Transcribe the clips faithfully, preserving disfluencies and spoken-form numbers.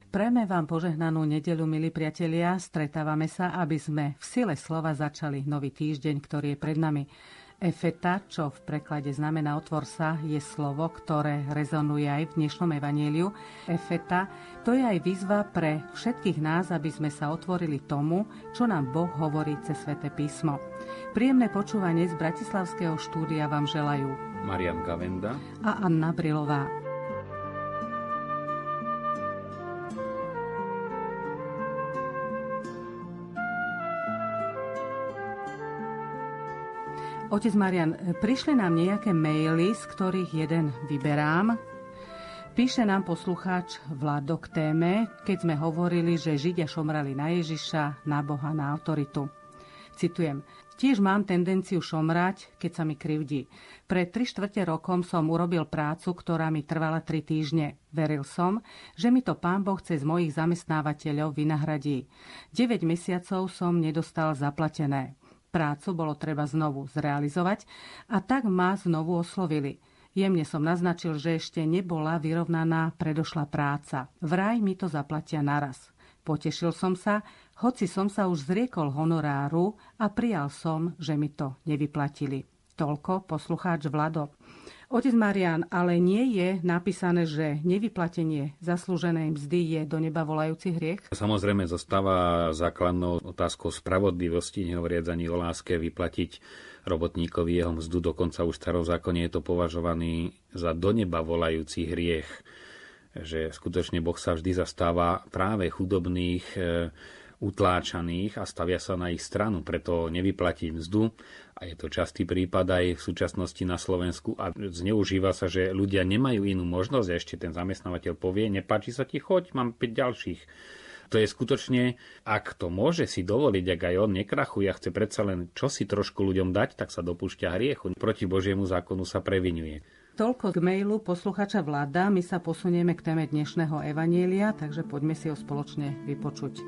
Prajme vám požehnanú nedeľu, milí priatelia. Stretávame sa, aby sme v sile slova začali nový týždeň, ktorý je pred nami. Efeta, čo v preklade znamená otvor sa, je slovo, ktoré rezonuje aj v dnešnom evanjeliu. Efeta, to je aj výzva pre všetkých nás, aby sme sa otvorili tomu, čo nám Boh hovorí cez Sväté písmo. Príjemné počúvanie z bratislavského štúdia vám želajú Marián Gavenda a Anna Brilová. Otec Marian, prišli nám nejaké maily, z ktorých jeden vyberám. Píše nám poslucháč Vlado k téme, keď sme hovorili, že Židia šomrali na Ježiša, na Boha, na autoritu. Citujem: Tiež mám tendenciu šomrať, keď sa mi krivdí. Pred tri štvrte rokom som urobil prácu, ktorá mi trvala tri týždne. Veril som, že mi to Pán Boh cez mojich zamestnávateľov vynahradí. deväť mesiacov som nedostal zaplatené. Prácu bolo treba znovu zrealizovať a tak ma znovu oslovili. Jemne som naznačil, že ešte nebola vyrovnaná predošlá práca. Vraj mi to zaplatia naraz. Potešil som sa, hoci som sa už zriekol honoráru a prijal som, že mi to nevyplatili. Toľko poslucháč Vlado. Otec Marián, ale nie je napísané, že nevyplatenie zaslúženej mzdy je do neba volajúci hriech? Samozrejme zostáva základnou otázkou spravodlivosti, nehovoriac ani o láske, vyplatiť robotníkovi jeho mzdu. Dokonca už v starom zákone je to považovaný za do neba volajúci hriech. Že skutočne Boh sa vždy zastáva práve chudobných, utláčaných a stavia sa na ich stranu, preto nevyplatí mzdu. A je to častý prípad aj v súčasnosti na Slovensku a zneužíva sa, že ľudia nemajú inú možnosť a ešte ten zamestnávateľ povie: nepáči sa ti, choď, mám päť ďalších. To je skutočne, ak to môže si dovoliť, ak aj on nekrachuje a chce predsa len čo si trošku ľuďom dať, tak sa dopúšťa hriechu. Proti Božiemu zákonu sa previnuje. Toľko k mailu posluchača Vlada. My sa posunieme k téme dnešného evanjelia, takže poďme si ho spoločne vypočuť.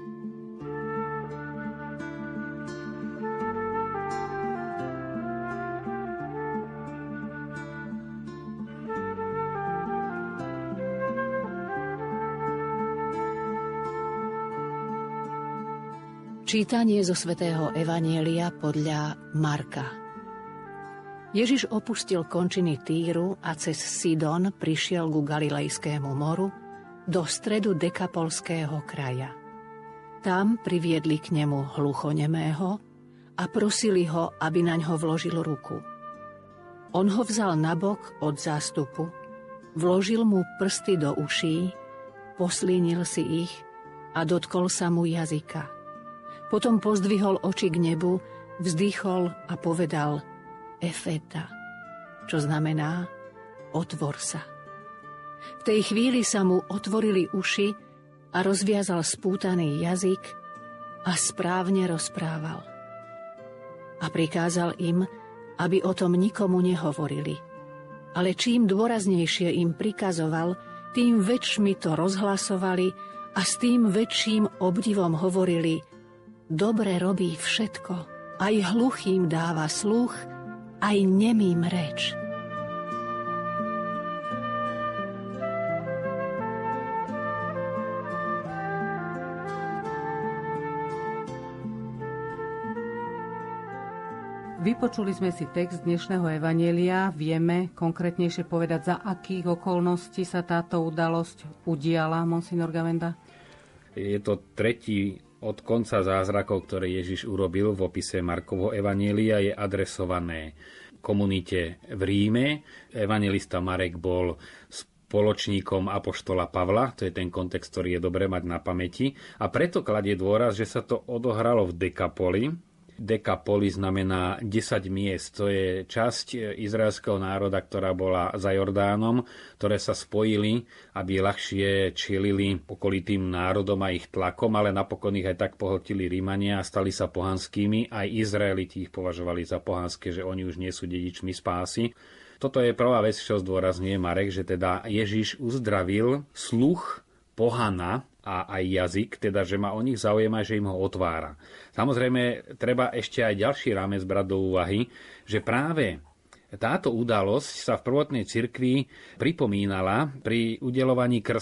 Čítanie zo svätého Evanjelia podľa Marka. Ježiš opustil končiny Týru a cez Sidon prišiel ku Galilejskému moru do stredu Dekapolského kraja. Tam priviedli k nemu hluchonemého a prosili ho, aby naňho vložil ruku. On ho vzal nabok od zástupu, vložil mu prsty do uší, poslínil si ich a dotkol sa mu jazyka. Potom pozdvihol oči k nebu, vzdychol a povedal Efeta, čo znamená otvor sa. V tej chvíli sa mu otvorili uši a rozviazal spútaný jazyk a správne rozprával. A prikázal im, aby o tom nikomu nehovorili. Ale čím dôraznejšie im prikazoval, tým väčšmi to rozhlasovali a s tým väčším obdivom hovorili: dobre robí všetko, aj hluchým dáva sluch, aj nemým reč. Vypočuli sme si text dnešného evanjelia. Vieme konkrétnejšie povedať, za akých okolností sa táto udalosť udiala, monsignor Gavenda? Je to tretí od konca zázrakov, ktoré Ježiš urobil v opise Markovho evanjelia, je adresované komunite v Ríme. Evanjelista Marek bol spoločníkom apoštola Pavla, to je ten kontext, ktorý je dobre mať na pamäti. A preto kladie dôraz, že sa to odohralo v Dekapoli. Dekapoli znamená desať miest. To je časť izraelského národa, ktorá bola za Jordánom, ktoré sa spojili, aby ľahšie čelili okolitým národom a ich tlakom, ale napokon ich aj tak pohltili Rímania a stali sa pohanskými. Aj Izraeliti ich považovali za pohanské, že oni už nie sú dedičmi spásy. Toto je prvá vec, čo zdôrazňuje Marek, že teda Ježiš uzdravil sluch pohana a aj jazyk, teda že má o nich záujem a že im ho otvára. Samozrejme, treba ešte aj ďalší rámec brať do úvahy, že práve táto udalosť sa v prvotnej cirkvi pripomínala pri udeľovaní krstu.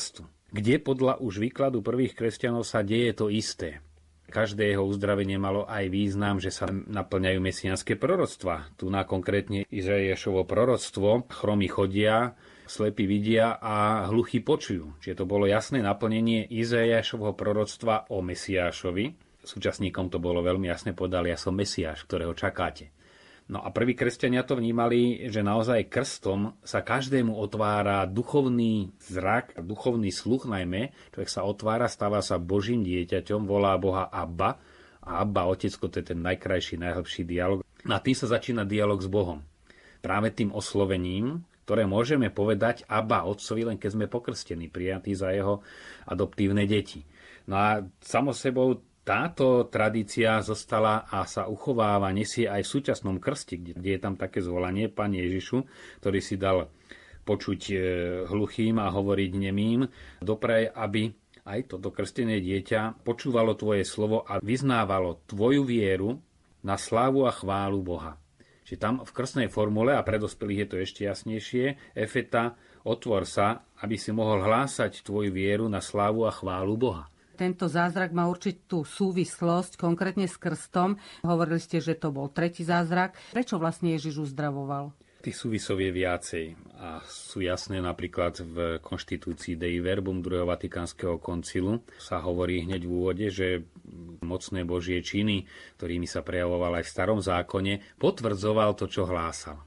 kde podľa už výkladu prvých kresťanov sa deje to isté. Každé jeho uzdravenie malo aj význam, že sa naplňajú mesiánske proroctvá. Tu na konkrétne Izaiášovo proroctvo, chromy chodia, slepí vidia a hluchí počujú. Čiže to bolo jasné naplnenie Izaiášovho proroctva o Mesiášovi. Súčasníkom to bolo veľmi jasne povedali, ja som Mesiáš, ktorého čakáte. No a prví kresťania to vnímali, že naozaj krstom sa každému otvára duchovný zrak, duchovný sluch najmä. Človek sa otvára, stáva sa Božím dieťaťom, volá Boha Abba. A Abba, otecko, to je ten najkrajší, najhlbší dialog. A tým sa začína dialog s Bohom. Práve tým oslovením, ktoré môžeme povedať Abba otcovi, len keď sme pokrstení, prijatí za jeho adoptívne deti. No a samo sebou táto tradícia zostala a sa uchováva, nesie aj v súčasnom krste, kde je tam také zvolanie, Pane Ježišu, ktorý si dal počuť hluchým a hovoriť nemým. Dopraj, aby aj toto krstené dieťa počúvalo tvoje slovo a vyznávalo tvoju vieru na slávu a chválu Boha. Čiže tam v krstnej formule, a pre dospelých je to ešte jasnejšie, efeta, otvor sa, aby si mohol hlásať tvoju vieru na slávu a chválu Boha. Tento zázrak má určitú súvislosť, konkrétne s krstom. Hovorili ste, že to bol tretí zázrak. Prečo vlastne Ježiš uzdravoval? Tých súvisov je viacej a sú jasné napríklad v konštitúcii Dei Verbum druhého Vatikánskeho koncilu. Sa hovorí hneď v úvode, že mocné Božie činy, ktorými sa prejavoval aj v starom zákone, potvrdzoval to, čo hlásal.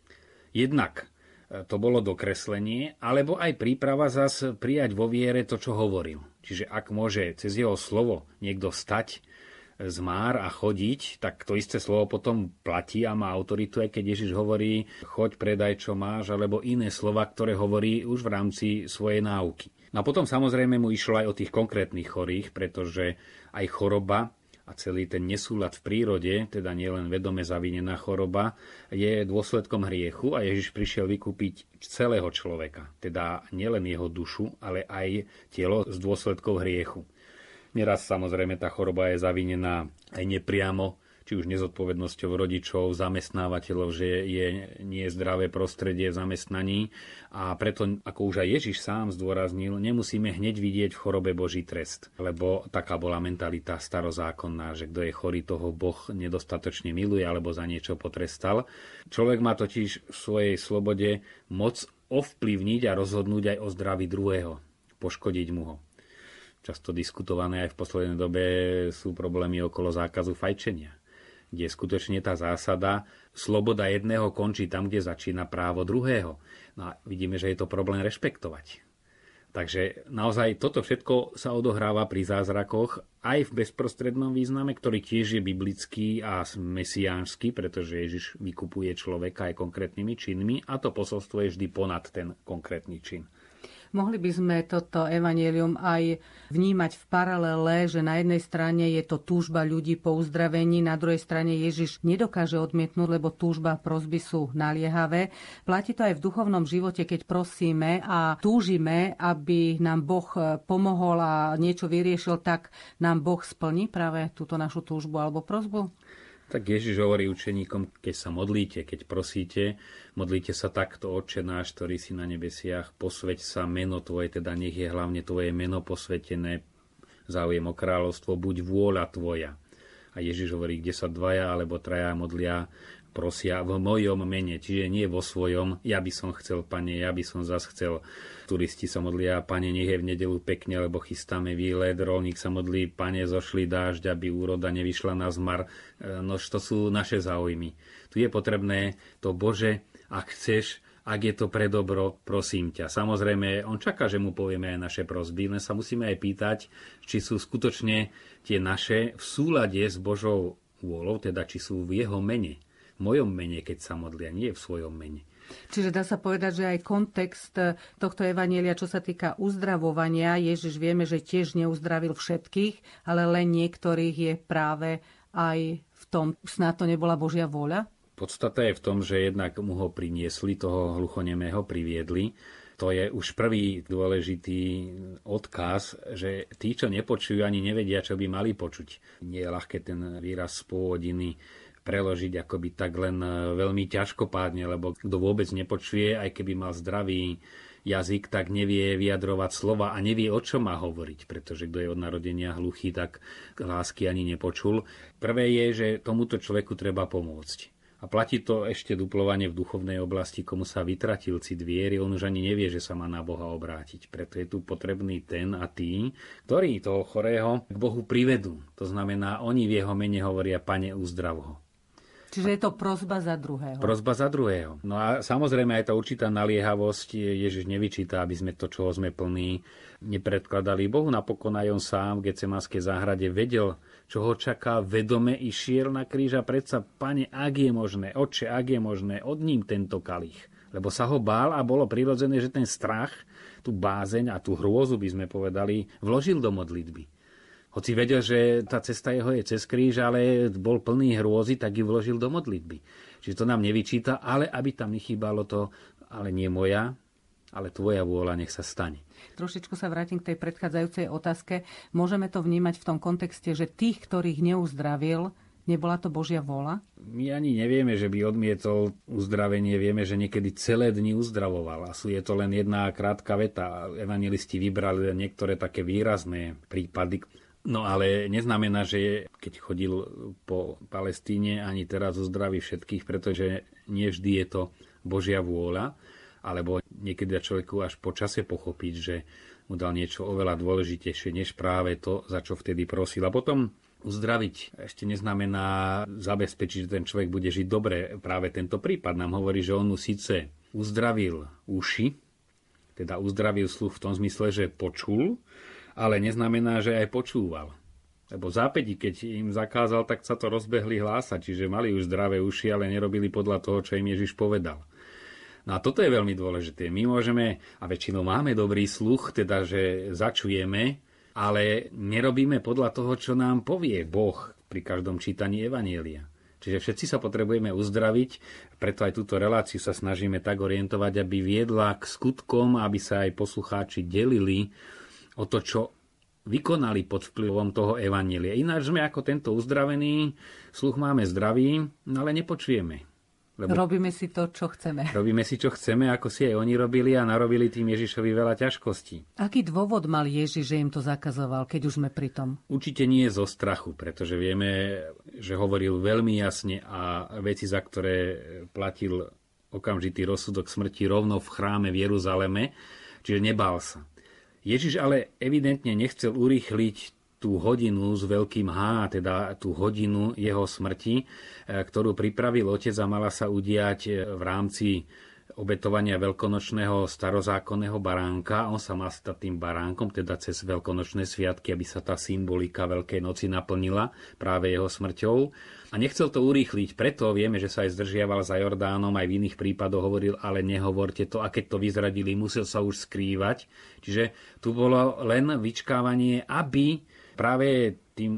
Jednak to bolo dokreslenie, alebo aj príprava zas prijať vo viere to, čo hovoril. Čiže ak môže cez jeho slovo niekto stať z már a chodiť, tak to isté slovo potom platí a má autoritu, aj keď Ježiš hovorí, choď, predaj, čo máš, alebo iné slova, ktoré hovorí už v rámci svojej náuky. No a potom samozrejme mu išlo aj o tých konkrétnych chorých, pretože aj choroba a celý ten nesúlad v prírode, teda nielen vedome zavinená choroba, je dôsledkom hriechu a Ježiš prišiel vykúpiť celého človeka, teda nielen jeho dušu, ale aj telo z dôsledkov hriechu. Neraz samozrejme tá choroba je zavinená aj nepriamo, či už nezodpovednosťou rodičov, zamestnávateľov, že je nie zdravé prostredie v zamestnaní. A preto, ako už aj Ježiš sám zdôraznil, nemusíme hneď vidieť v chorobe Boží trest. Lebo taká bola mentalita starozákonná, že kto je chorý, toho Boh nedostatočne miluje alebo za niečo potrestal. Človek má totiž v svojej slobode moc ovplyvniť a rozhodnúť aj o zdraví druhého, poškodiť mu ho. Často diskutované aj v poslednej dobe sú problémy okolo zákazu fajčenia, kde je skutočne tá zásada sloboda jedného končí tam, kde začína právo druhého. No a vidíme, že je to problém rešpektovať. Takže naozaj toto všetko sa odohráva pri zázrakoch aj v bezprostrednom význame, ktorý tiež je biblický a mesiánsky, pretože Ježiš vykupuje človeka aj konkrétnymi činmi a to posolstvo je vždy ponad ten konkrétny čin. Mohli by sme toto evanjelium aj vnímať v paralele, že na jednej strane je to túžba ľudí po uzdravení, na druhej strane Ježiš nedokáže odmietnúť, lebo túžba a prosby sú naliehavé. Platí to aj v duchovnom živote, keď prosíme a túžime, aby nám Boh pomohol a niečo vyriešil, tak nám Boh splní práve túto našu túžbu alebo prosbu? Tak Ježiš hovorí učeníkom, keď sa modlíte, keď prosíte, modlíte sa takto, Otče náš, ktorý si na nebesiach, posväť sa meno Tvoje, teda nech je hlavne Tvoje meno posvätené, záujem o kráľovstvo, buď vôľa Tvoja. A Ježiš hovorí, kde sa dvaja alebo traja modlia, prosia v mojom mene, čiže nie vo svojom, ja by som chcel, Pane, ja by som zas chcel. Turisti sa modlia, Pane, nech je v nedeľu pekne, lebo chystáme výlet, rolník sa modlí, Pane, zošli dážď, aby úroda nevyšla na zmar. No, to sú naše záujmy. Tu je potrebné to, Bože, ak chceš, ak je to pre dobro, prosím ťa. Samozrejme, on čaká, že mu povieme aj naše prosby, len sa musíme aj pýtať, či sú skutočne tie naše v súlade s Božou vôľou, teda či sú v jeho mene. V mojom mene, keď sa modlia, nie v svojom mene. Čiže dá sa povedať, že aj kontext tohto evanjelia, čo sa týka uzdravovania, Ježiš vieme, že tiež neuzdravil všetkých, ale len niektorých je práve aj v tom, snad to nebola Božia vôľa? Podstata je v tom, že jednak mu ho priniesli, toho hluchonemého priviedli. To je už prvý dôležitý odkaz, že tí, čo nepočujú, ani nevedia, čo by mali počuť. Nie je ľahké ten výraz z pôvodiny preložiť akoby tak len veľmi ťažkopádne, lebo kto vôbec nepočuje, aj keby mal zdravý jazyk, tak nevie vyjadrovať slova a nevie, o čom má hovoriť, pretože kto je od narodenia hluchý, tak lásky ani nepočul. Prvé je, že tomuto človeku treba pomôcť. A platí to ešte duplovanie v duchovnej oblasti, komu sa vytratil cit viery, on už ani nevie, že sa má na Boha obrátiť. Preto je tu potrebný ten a tí, ktorí toho chorého k Bohu privedú. To znamená, oni v jeho mene hovoria: Pane, uzdrav ho. Čiže je to prosba za druhého. Prosba za druhého. No a samozrejme aj tá určitá naliehavosť. Ježiš nevyčíta, aby sme to, čoho sme plní, nepredkladali Bohu. Napokon aj on sám v Getsemanskej záhrade vedel, čo ho čaká, vedome išiel na kríž a predsa: Pane, ak je možné, Otče, ak je možné, odním tento kalich. Lebo sa ho bál a bolo prirodzené, že ten strach, tú bázeň a tú hrôzu, by sme povedali, vložil do modlitby. Hoci vedel, že tá cesta jeho je cez kríž, ale bol plný hrôzy, tak ju vložil do modlitby. Čiže to nám nevyčíta, ale aby tam nechýbalo to: ale nie moja, ale tvoja vôľa, nech sa stane. Trošičku sa vrátim k tej predchádzajúcej otázke. Môžeme to vnímať v tom kontexte, že tých, ktorých neuzdravil, nebola to Božia vôľa? My ani nevieme, že by odmietol uzdravenie. Vieme, že niekedy celé dni uzdravoval. A sú je to len jedna krátka veta. Evanjelisti vybrali niektoré také výrazné prípady. No ale neznamená, že keď chodil po Palestíne, ani teraz uzdraví všetkých, pretože nie vždy je to Božia vôľa, alebo niekedy dá človeku až po čase pochopiť, že mu dal niečo oveľa dôležitejšie, než práve to, za čo vtedy prosil. A potom uzdraviť ešte neznamená zabezpečiť, že ten človek bude žiť dobre. Práve tento prípad nám hovorí, že on mu síce uzdravil uši, teda uzdravil sluch v tom zmysle, že počul, ale neznamená, že aj počúval. Lebo v zápäti, keď im zakázal, tak sa to rozbehli hlásať, čiže mali už zdravé uši, ale nerobili podľa toho, čo im Ježiš povedal. No a toto je veľmi dôležité. My môžeme, a väčšinou máme dobrý sluch, teda, že začujeme, ale nerobíme podľa toho, čo nám povie Boh pri každom čítaní Evanjelia. Čiže všetci sa potrebujeme uzdraviť, preto aj túto reláciu sa snažíme tak orientovať, aby viedla k skutkom, aby sa aj poslucháči delili o to, čo vykonali pod vplyvom toho evanjelia. Ináč sme ako tento uzdravený, sluch máme zdravý, no ale nepočujeme. Lebo robíme si to, čo chceme. Robíme si, čo chceme, ako si aj oni robili a narobili tým Ježišovi veľa ťažkostí. Aký dôvod mal Ježiš, že im to zakazoval, keď už sme pri tom? Určite nie zo strachu, pretože vieme, že hovoril veľmi jasne a veci, za ktoré platil okamžitý rozsudok smrti rovno v chráme v Jeruzaleme, čiže nebál sa. Ježiš ale evidentne nechcel urýchliť tú hodinu s veľkým H, teda tú hodinu jeho smrti, ktorú pripravil otec a mala sa udiať v rámci obetovania veľkonočného starozákonného baránka. On sa mal stať tým baránkom, teda cez veľkonočné sviatky, aby sa tá symbolika Veľkej noci naplnila práve jeho smrťou. A nechcel to urýchliť, preto vieme, že sa aj zdržiaval za Jordánom, aj v iných prípadoch hovoril, ale nehovorte to. A keď to vyzradili, musel sa už skrývať. Čiže tu bolo len vyčkávanie, aby práve tým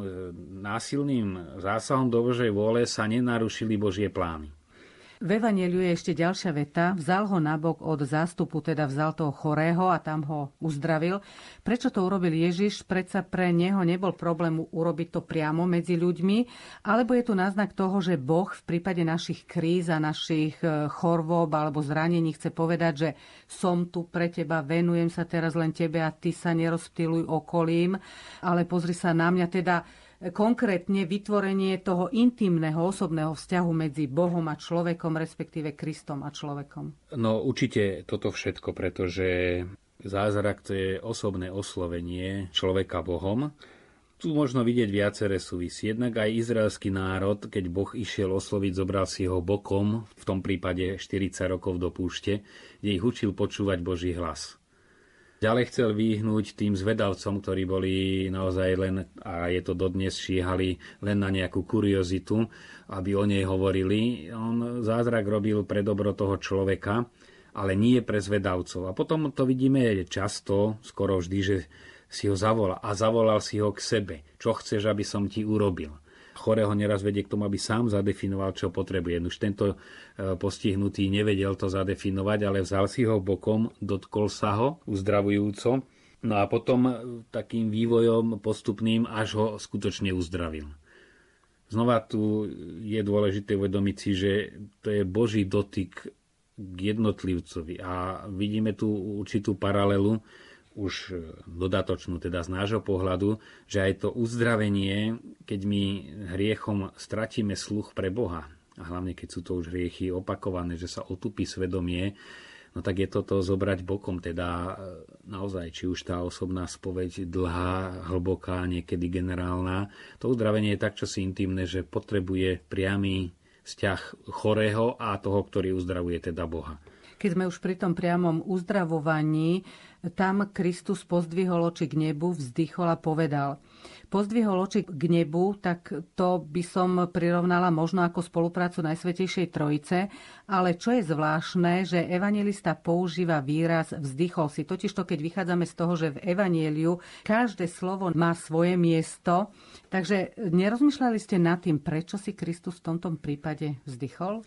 násilným zásahom do Božej vôle sa nenarušili Božie plány. V Evanjeliu je ešte ďalšia veta. Vzal ho nabok od zástupu, teda vzal toho chorého a tam ho uzdravil. Prečo to urobil Ježiš? Predsa pre neho nebol problém urobiť to priamo medzi ľuďmi, alebo je tu náznak toho, že Boh v prípade našich kríz a našich chorôb alebo zranení chce povedať, že som tu pre teba, venujem sa teraz len tebe a ty sa nerozptýluj okolím, ale pozri sa na mňa, teda konkrétne vytvorenie toho intimného, osobného vzťahu medzi Bohom a človekom, respektíve Kristom a človekom. No určite toto všetko, pretože zázrak to je osobné oslovenie človeka Bohom. Tu možno vidieť viaceré súvisí. Jednak aj izraelský národ, keď Boh išiel osloviť, zobral si ho bokom, v tom prípade štyridsať rokov do púšte, kde ich učil počúvať Boží hlas. Ďalej chcel vyhnúť tým zvedavcom, ktorí boli naozaj len, a je to dodnes, šíhali len na nejakú kuriozitu, aby o nej hovorili. On zázrak robil pre dobro toho človeka, ale nie pre zvedavcov. A potom to vidíme často, skoro vždy, že si ho zavolal. A zavolal si ho k sebe. Čo chceš, aby som ti urobil? Chorého neraz vedie k tomu, aby sám zadefinoval, čo potrebuje. Už tento postihnutý nevedel to zadefinovať, ale vzal si ho bokom, dotkol sa ho uzdravujúco. No a potom takým vývojom postupným až ho skutočne uzdravil. Znova tu je dôležité uvedomiť si, že to je Boží dotyk k jednotlivcovi. A vidíme tu určitú paralelu, už dodatočnú teda z nášho pohľadu, že aj to uzdravenie, keď my hriechom stratíme sluch pre Boha, a hlavne keď sú to už hriechy opakované, že sa otupí svedomie, no tak je toto zobrať bokom, teda naozaj, či už tá osobná spoveď dlhá, hlboká, niekedy generálna. To uzdravenie je tak čosi intimné, že potrebuje priamy vzťah chorého a toho, ktorý uzdravuje, teda Boha. Keď sme už pri tom priamom uzdravovaní, tam Kristus pozdvihol oči k nebu, vzdychol a povedal. Pozdvihol oči k nebu, tak to by som prirovnala možno ako spoluprácu Najsvätejšej Trojice, ale čo je zvláštne, že evanjelista používa výraz vzdychol si. Totižto, keď vychádzame z toho, že v evanjeliu každé slovo má svoje miesto, takže nerozmýšľali ste nad tým, prečo si Kristus v tomto prípade vzdychol?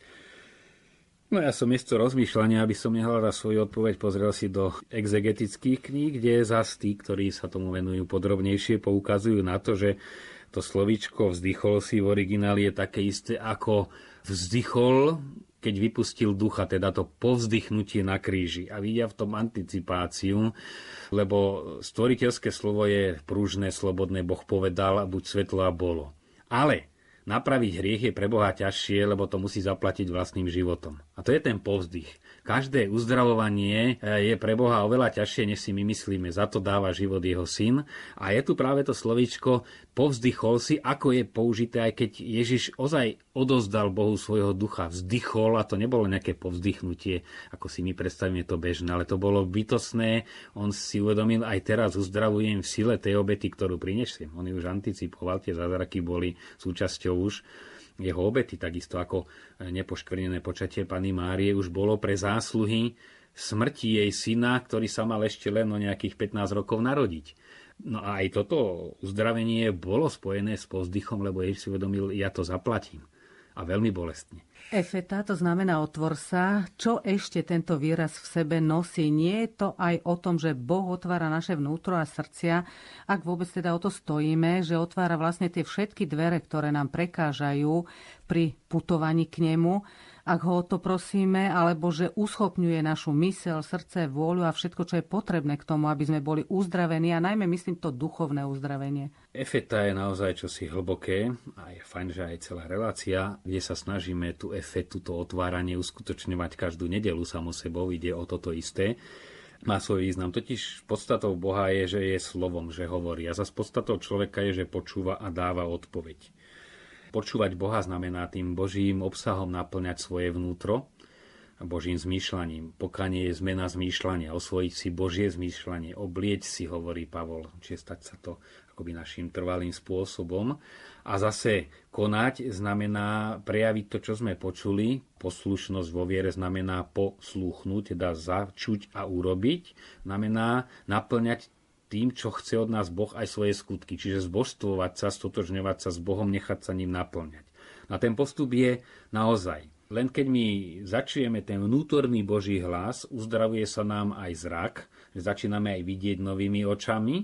No ja som miesto rozmýšľania, aby som nehľadal svoju odpoveď, pozrel si do exegetických kníh, kde zas tí, ktorí sa tomu venujú podrobnejšie, poukazujú na to, že to slovíčko vzdychol si v origináli je také isté ako vzdychol, keď vypustil ducha, teda to povzdychnutie na kríži. A vidia v tom anticipáciu, lebo stvoriteľské slovo je pružné, slobodné, Boh povedal, buď svetlo a bolo. Ale napraviť hriech je pre Boha ťažšie, lebo to musí zaplatiť vlastným životom. A to je ten povzdych. Každé uzdravovanie je pre Boha oveľa ťažšie, než si my myslíme. Za to dáva život jeho syn. A je tu práve to slovíčko povzdychol si, ako je použité, aj keď Ježiš ozaj odozdal Bohu svojho ducha. Vzdychol, a to nebolo nejaké povzdychnutie, ako si my predstavíme to bežné, ale to bolo bytostné. On si uvedomil, aj teraz uzdravujem v sile tej obety, ktorú prinesiem. On už anticipoval, tie zázraky boli súčasťou už jeho obety, takisto ako nepoškvrnené počatie Panny Márie už bolo pre zásluhy smrti jej syna, ktorý sa mal ešte len o nejakých pätnásť rokov narodiť. No a aj toto uzdravenie bolo spojené s povzdychom, lebo Ježiš si uvedomil, ja to zaplatím. A veľmi bolestne. Efeta, to znamená otvor sa. Čo ešte tento výraz v sebe nosí? Nie je to aj o tom, že Boh otvára naše vnútro a srdcia, ak vôbec teda o to stojíme, že otvára vlastne tie všetky dvere, ktoré nám prekážajú pri putovaní k nemu, ak ho o to prosíme, alebo že uschopňuje našu myseľ, srdce, vôľu a všetko, čo je potrebné k tomu, aby sme boli uzdravení, a najmä myslím to duchovné uzdravenie. Efeta je naozaj čosi hlboké a je fajn, že aj celá relácia, kde sa snažíme tú efetu, to otváranie uskutočňovať každú nedeľu samo sebou, ide o toto isté. Má svoj význam. Totiž podstatou Boha je, že je slovom, že hovorí. A zas podstatou človeka je, že počúva a dáva odpoveď. Počúvať Boha znamená tým Božím obsahom naplňať svoje vnútro, Božím zmýšľaním. Pokánie je zmena zmýšľania, osvojiť si Božie zmýšľanie, oblieť si, hovorí Pavol, čiže stať sa to akoby našim trvalým spôsobom. A zase konať znamená prejaviť to, čo sme počuli. Poslušnosť vo viere znamená poslúchnuť, teda začuť a urobiť. Znamená naplňať tým, čo chce od nás Boh, aj svoje skutky. Čiže zbožstvovať sa, stotožňovať sa s Bohom, nechať sa ním naplňať. A ten postup je naozaj. Len keď my začujeme ten vnútorný Boží hlas, uzdravuje sa nám aj zrak, že začíname aj vidieť novými očami.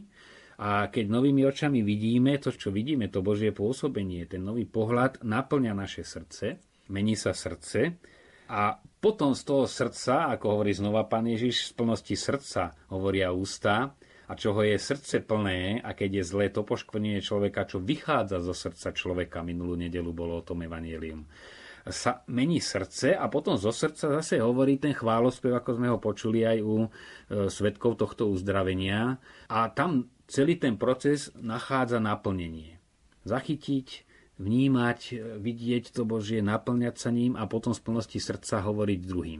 A keď novými očami vidíme to, čo vidíme, to Božie pôsobenie, ten nový pohľad naplňa naše srdce, mení sa srdce a potom z toho srdca, ako hovorí znova Pán Ježiš, z plnosti srdca hovoria ústa, a čoho je srdce plné, a keď je zlé to poškvrnenie človeka, čo vychádza zo srdca človeka, minulú nedeľu bolo o tom evanjelium, sa mení srdce a potom zo srdca zase hovorí ten chválospev, ako sme ho počuli aj u e, svedkov tohto uzdravenia. A tam celý ten proces nachádza naplnenie. Zachytiť, vnímať, vidieť to Božie, naplňať sa ním a potom z plnosti srdca hovoriť druhým.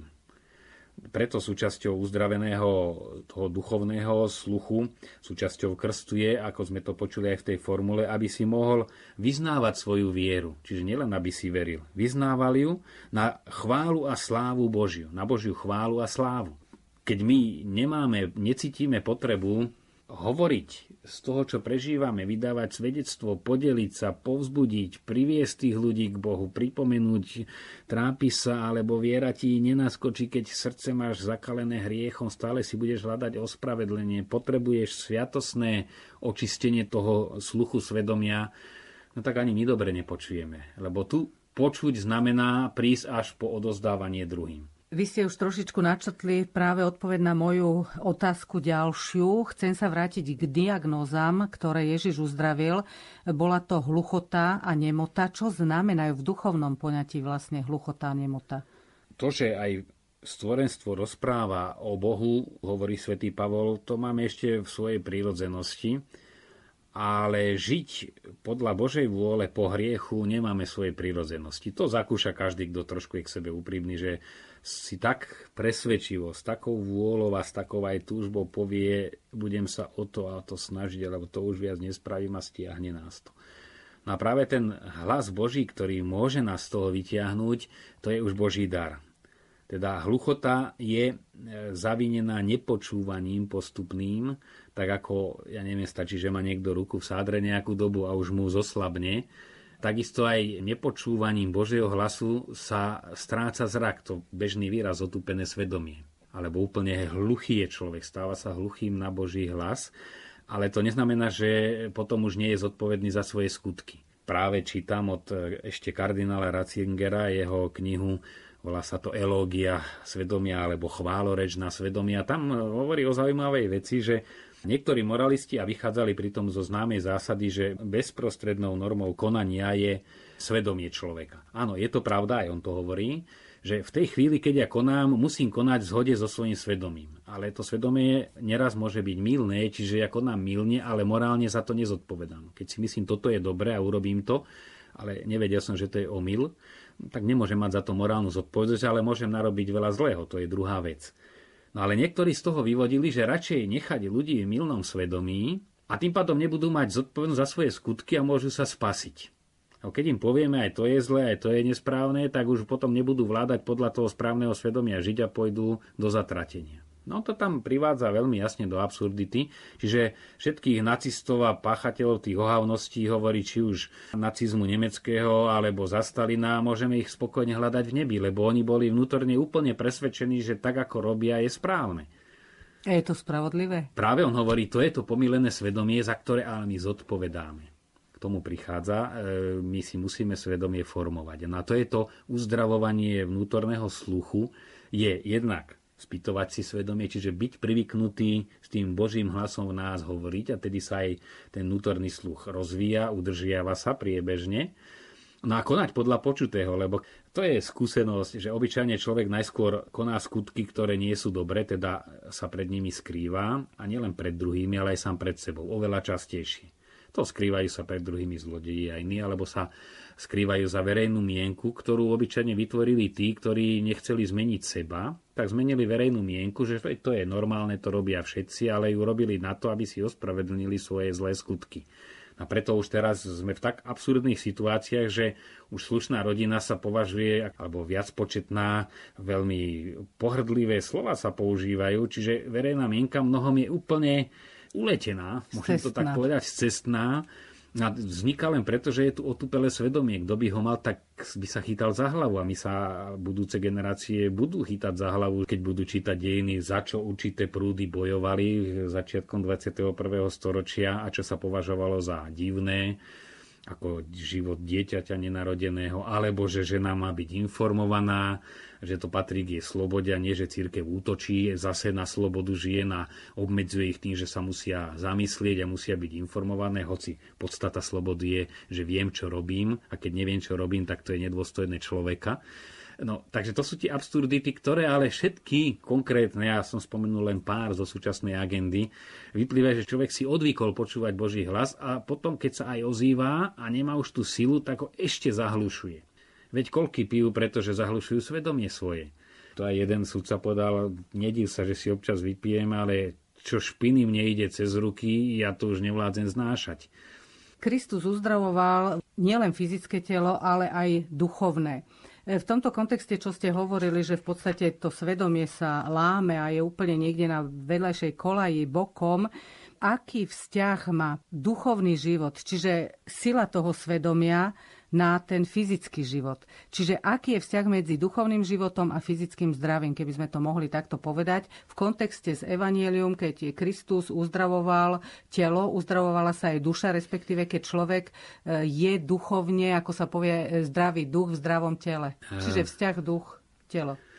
Preto súčasťou uzdraveného toho duchovného sluchu, súčasťou krstu je, ako sme to počuli aj v tej formule, aby si mohol vyznávať svoju vieru. Čiže nielen, aby si veril. Vyznával ju na chválu a slávu Božiu. Na Božiu chválu a slávu. Keď my nemáme, necítime potrebu hovoriť z toho, čo prežívame, vydávať svedectvo, podeliť sa, povzbudiť, priviesť tých ľudí k Bohu, pripomenúť, trápi sa, alebo viera ti nenaskočí, keď srdce máš zakalené hriechom, stále si budeš hľadať ospravedlenie, potrebuješ sviatosné očistenie toho sluchu svedomia, no tak ani my dobre nepočujeme. Lebo tu počuť znamená prísť až po odozdávanie druhým. Vy ste už trošičku načrtli práve odpoveď na moju otázku ďalšiu. Chcem sa vrátiť k diagnózam, ktoré Ježiš uzdravil. Bola to hluchota a nemota. Čo znamenajú v duchovnom poňatí vlastne hluchota a nemota? To, že aj stvorenstvo rozpráva o Bohu, hovorí svätý Pavol, to máme ešte v svojej prírodzenosti. Ale žiť podľa Božej vôle po hriechu nemáme svojej prírodzenosti. To zakúša každý, kto trošku je k sebe úprimný, že si tak presvedčivo, s takou vôľou a s takou aj túžbou povie, budem sa o to a o to snažiť, lebo to už viac nespravím a stiahne nás to. No a práve ten hlas Boží, ktorý môže nás z toho vytiahnuť, to je už Boží dar. Teda hluchota je zavinená nepočúvaním postupným, tak ako, ja neviem, stačí, že má niekto ruku v sádre nejakú dobu a už mu zoslabne. Takisto aj nepočúvaním Božieho hlasu sa stráca zrak, to bežný výraz, otúpené svedomie. Alebo úplne hluchý je človek, stáva sa hluchým na Boží hlas, ale to neznamená, že potom už nie je zodpovedný za svoje skutky. Práve čítam od ešte kardinála Ratzingera jeho knihu, volá sa to Elógia svedomia alebo chváloreč na svedomia. Tam hovorí o zaujímavej veci, že niektorí moralisti a vychádzali pritom zo známej zásady, že bezprostrednou normou konania je svedomie človeka. Áno, je to pravda, aj on to hovorí, že v tej chvíli, keď ja konám, musím konať v zhode so svojím svedomím. Ale to svedomie neraz môže byť mylné, čiže ja konám mylne, ale morálne za to nezodpovedám. Keď si myslím, toto je dobré a urobím to, ale nevedel som, že to je omyl, tak nemôžem mať za to morálnu zodpovednosť, ale môžem narobiť veľa zlého, to je druhá vec. No ale niektorí z toho vyvodili, že radšej nechať ľudí v mylnom svedomí a tým pádom nebudú mať zodpovednosť za svoje skutky a môžu sa spasiť. A keď im povieme, aj to je zlé, aj to je nesprávne, tak už potom nebudú vládať podľa toho správneho svedomia žiť a pôjdu do zatratenia. No to tam privádza veľmi jasne do absurdity, čiže všetkých nacistov a páchateľov tých ohavností hovorí či už nacizmu nemeckého alebo za Stalina, môžeme ich spokojne hľadať v nebi, lebo oni boli vnútorne úplne presvedčení, že tak ako robia je správne. A je to spravodlivé? Práve on hovorí, to je to pomýlené svedomie, za ktoré ale my zodpovedáme. K tomu prichádza, my si musíme svedomie formovať. No a to je to uzdravovanie vnútorného sluchu, je jednak spýtovať si svedomie, čiže byť privyknutý s tým Božím hlasom v nás hovoriť a tedy sa aj ten vnútorný sluch rozvíja, udržiava sa priebežne. No a konať podľa počutého, lebo to je skúsenosť, že obyčajne človek najskôr koná skutky, ktoré nie sú dobré, teda sa pred nimi skrýva a nielen pred druhými, ale aj sám pred sebou, oveľa častejšie. To skrývajú sa pred druhými zlodeji a iní, alebo sa skrývajú za verejnú mienku, ktorú obyčajne vytvorili tí, ktorí nechceli zmeniť seba, tak zmenili verejnú mienku, že to je normálne, to robia všetci, ale ju robili na to, aby si ospravedlnili svoje zlé skutky. A preto už teraz sme v tak absurdných situáciách, že už slušná rodina sa považuje, alebo viac početná, veľmi pohrdlivé slova sa používajú, čiže verejná mienka mnohom je úplne uletená, môžem to tak povedať, cestná. A vzniká len preto, že je tu otupelé svedomie. Kto by ho mal, tak by sa chytal za hlavu. A my sa budúce generácie budú chytať za hlavu, keď budú čítať dejiny, za čo určité prúdy bojovali začiatkom dvadsiateho prvého storočia a čo sa považovalo za divné, ako život dieťaťa nenarodeného, alebo že žena má byť informovaná, že to patrí k jej slobode a nie, že cirkev útočí zase na slobodu žien a obmedzuje ich tým, že sa musia zamyslieť a musia byť informované, hoci podstata slobody je, že viem, čo robím a keď neviem, čo robím, tak to je nedôstojné človeka. No, takže to sú tie absurdity, ktoré ale všetky konkrétne, ja som spomenul len pár zo súčasnej agendy, vyplýva, že človek si odvykol počúvať Boží hlas a potom, keď sa aj ozýva a nemá už tú silu, tak ho ešte zahlušuje. Veď koľky pijú, pretože zahlušujú svedomie svoje. To aj jeden sudca povedal, nedív sa, že si občas vypijem, ale čo špiny mne ide cez ruky, ja to už nevládzem znášať. Kristus uzdravoval nielen fyzické telo, ale aj duchovné. V tomto kontexte, čo ste hovorili, že v podstate to svedomie sa láme a je úplne niekde na vedľajšej kolaji bokom, aký vzťah má duchovný život, čiže sila toho svedomia na ten fyzický život. Čiže aký je vzťah medzi duchovným životom a fyzickým zdravím, keby sme to mohli takto povedať, v kontexte s Evangelium, keď Kristus uzdravoval telo, uzdravovala sa aj duša, respektíve keď človek je duchovne, ako sa povie, zdravý duch v zdravom tele. Čiže vzťah duch-telo.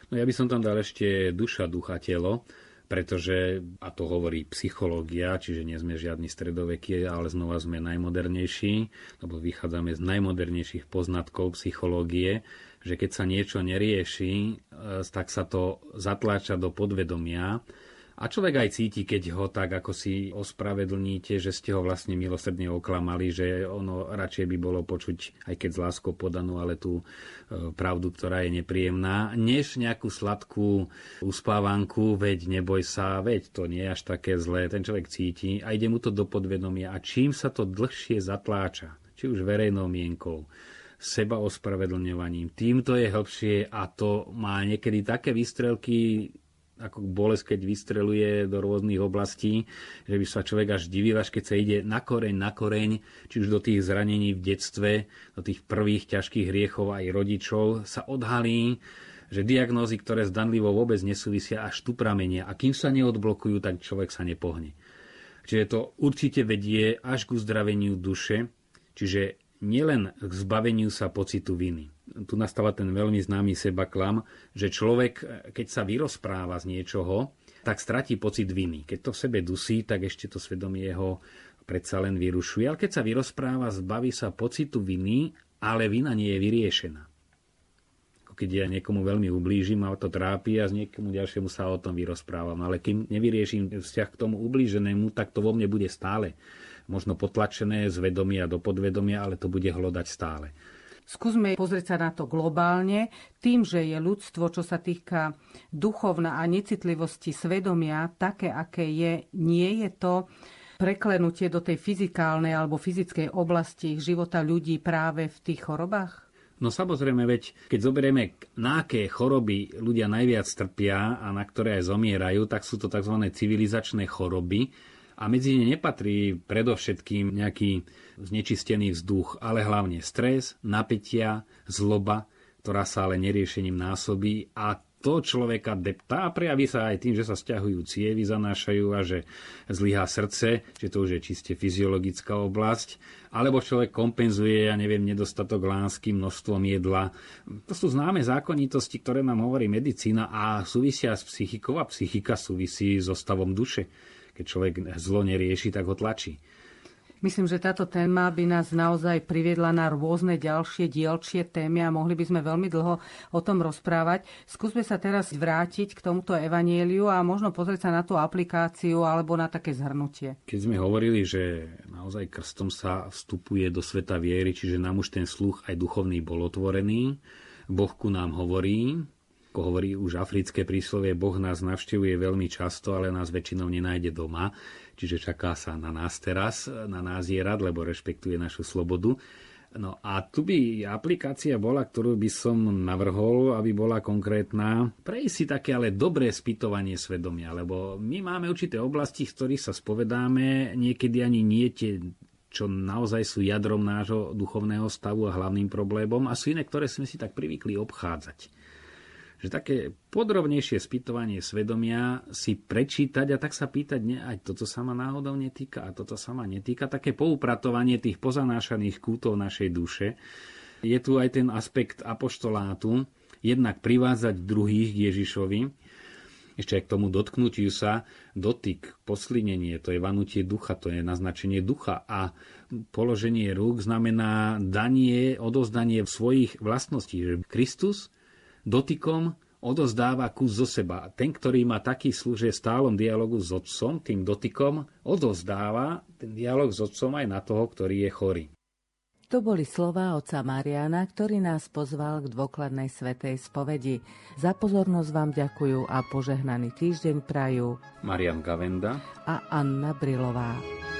No ja by som tam dal ešte duša, ducha, telo, pretože, a to hovorí psychológia, čiže nie sme žiadni stredovekí, ale znova sme najmodernejší, lebo vychádzame z najmodernejších poznatkov psychológie, že keď sa niečo nerieši, tak sa to zatláča do podvedomia a človek aj cíti, keď ho tak ako si ospravedlníte, že ste ho vlastne milosrdne oklamali, že ono radšej by bolo počuť, aj keď s láskou podanú, ale tú pravdu, ktorá je nepríjemná, než nejakú sladkú uspávanku, veď neboj sa, veď to nie je až také zlé. Ten človek cíti a ide mu to do podvedomia a čím sa to dlhšie zatláča, či už verejnou mienkou, seba ospravedlňovaním, tým to je hĺbšie a to má niekedy také výstrelky, ako bolesť, keď vystreluje do rôznych oblastí, že by sa človek až divil, až keď sa ide na koreň, na koreň, či už do tých zranení v detstve, do tých prvých ťažkých hriechov aj rodičov, sa odhalí, že diagnózy, ktoré zdanlivo vôbec nesúvisia, až tu pramenia. A kým sa neodblokujú, tak človek sa nepohne. Čiže to určite vedie až k uzdraveniu duše, čiže nielen k zbaveniu sa pocitu viny. Tu nastáva ten veľmi známy sebaklam, že človek, keď sa vyrozpráva z niečoho, tak stratí pocit viny. Keď to v sebe dusí, tak ešte to svedomie ho predsa len vyrušuje. Ale keď sa vyrozpráva, zbaví sa pocitu viny, ale vina nie je vyriešená. Keď ja niekomu veľmi ublížim a to trápi a z niekomu ďalšiemu sa o tom vyrozprávam. Ale kým nevyrieším vzťah k tomu ublíženému, tak to vo mne bude stále možno potlačené z vedomia do podvedomia, ale to bude hlodať stále. Skúsme pozrieť sa na to globálne. Tým, že je ľudstvo, čo sa týka duchovna a necitlivosti svedomia, také, aké je, nie je to preklenutie do tej fyzikálnej alebo fyzickej oblasti života ľudí práve v tých chorobách? No samozrejme, veď keď zoberieme, na aké choroby ľudia najviac trpia a na ktoré aj zomierajú, tak sú to tzv. Civilizačné choroby. A medzi ne nepatrí predovšetkým nejaký znečistený vzduch, ale hlavne stres, napätia, zloba, ktorá sa ale neriešením násobí a to človeka deptá a prejaví sa aj tým, že sa sťahujú cievy, zanášajú a že zlyhá srdce, že to už je čiste fyziologická oblasť, alebo človek kompenzuje, ja neviem, nedostatok lásky množstvom jedla. To sú známe zákonitosti, ktoré nám hovorí medicína a súvisia s psychikou a psychika súvisí so stavom duše. Keď človek zlo nerieši, tak ho tlačí. Myslím, že táto téma by nás naozaj priviedla na rôzne ďalšie dielčie témy a mohli by sme veľmi dlho o tom rozprávať. Skúsme sa teraz vrátiť k tomuto evanjeliu a možno pozrieť sa na tú aplikáciu alebo na také zhrnutie. Keď sme hovorili, že naozaj krstom sa vstupuje do sveta viery, čiže nám už ten sluch aj duchovný bol otvorený, Boh ku nám hovorí, ako hovorí už africké príslovie, Boh nás navštevuje veľmi často, ale nás väčšinou nenájde doma. Čiže čaká sa na nás teraz, na nás je rad, lebo rešpektuje našu slobodu. No a tu by aplikácia bola, ktorú by som navrhol, aby bola konkrétna. Prejsť si také ale dobré spýtovanie svedomia, lebo my máme určité oblasti, z ktorých sa spovedáme, niekedy ani nie tie, čo naozaj sú jadrom nášho duchovného stavu a hlavným problémom, a sú iné, ktoré sme si tak privykli obchádzať. Že také podrobnejšie spýtovanie svedomia si prečítať a tak sa pýtať, nie, aj toto sa ma náhodou netýka a toto sa ma netýka. Také poupratovanie tých pozanášaných kútov našej duše. Je tu aj ten aspekt apoštolátu, jednak privádzať druhých k Ježišovi, ešte aj k tomu dotknutiu sa, dotyk, poslinenie, to je vanutie ducha, to je naznačenie ducha a položenie rúk znamená danie, odozdanie svojich vlastností. Že Kristus dotykom odozdáva kus zo seba. Ten, ktorý má taký sluh, že je v stálom dialogu s Otcom, tým dotykom odozdáva ten dialog s Otcom aj na toho, ktorý je chorý. To boli slová otca Mariána, ktorý nás pozval k dôkladnej svätej spovedi. Za pozornosť vám ďakujú a požehnaný týždeň prajú Marián Gavenda a Anna Brilová.